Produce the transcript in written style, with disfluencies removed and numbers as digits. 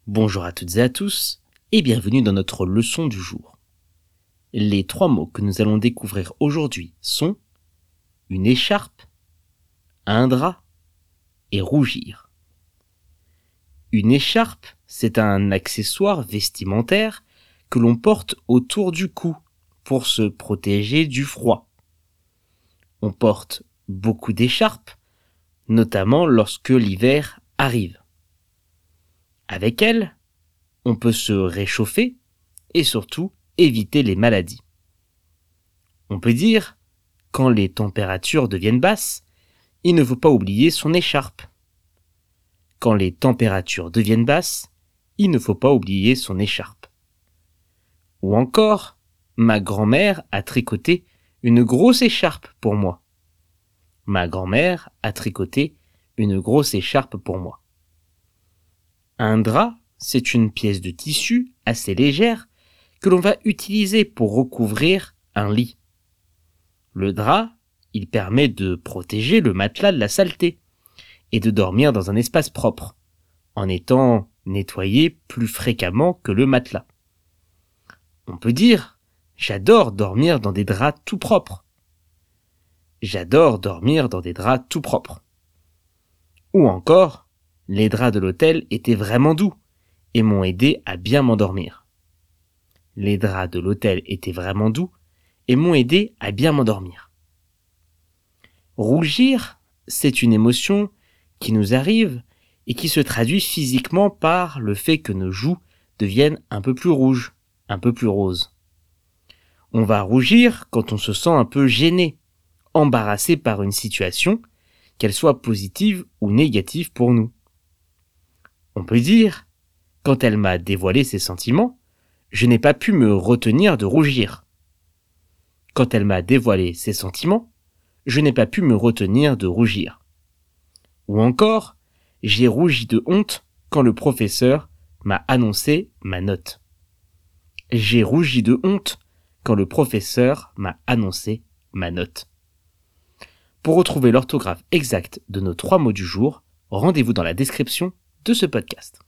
Bonjour à toutes et à tous, et bienvenue dans notre leçon du jour. Les 3 mots que nous allons découvrir aujourd'hui sont une écharpe, un drap et rougir. Une écharpe, c'est un accessoire vestimentaire que l'on porte autour du cou pour se protéger du froid. On porte beaucoup d'écharpes, notamment lorsque l'hiver arrive. Avec elle, on peut se réchauffer et surtout éviter les maladies. On peut dire, quand les températures deviennent basses, il ne faut pas oublier son écharpe. Quand les températures deviennent basses, il ne faut pas oublier son écharpe. Ou encore, ma grand-mère a tricoté une grosse écharpe pour moi. Ma grand-mère a tricoté une grosse écharpe pour moi. Un drap, c'est une pièce de tissu assez légère que l'on va utiliser pour recouvrir un lit. Le drap, il permet de protéger le matelas de la saleté et de dormir dans un espace propre, en étant nettoyé plus fréquemment que le matelas. On peut dire « J'adore dormir dans des draps tout propres ». J'adore dormir dans des draps tout propres. Ou encore, les draps de l'hôtel étaient vraiment doux et m'ont aidé à bien m'endormir. Les draps de l'hôtel étaient vraiment doux et m'ont aidé à bien m'endormir. Rougir, c'est une émotion qui nous arrive et qui se traduit physiquement par le fait que nos joues deviennent un peu plus rouges, un peu plus roses. On va rougir quand on se sent un peu gêné, embarrassé par une situation, qu'elle soit positive ou négative pour nous. On peut dire, quand elle m'a dévoilé ses sentiments, je n'ai pas pu me retenir de rougir. Quand elle m'a dévoilé ses sentiments, je n'ai pas pu me retenir de rougir. Ou encore, j'ai rougi de honte quand le professeur m'a annoncé ma note. J'ai rougi de honte quand le professeur m'a annoncé ma note. Pour retrouver l'orthographe exacte de nos 3 mots du jour, rendez-vous dans la description de ce podcast.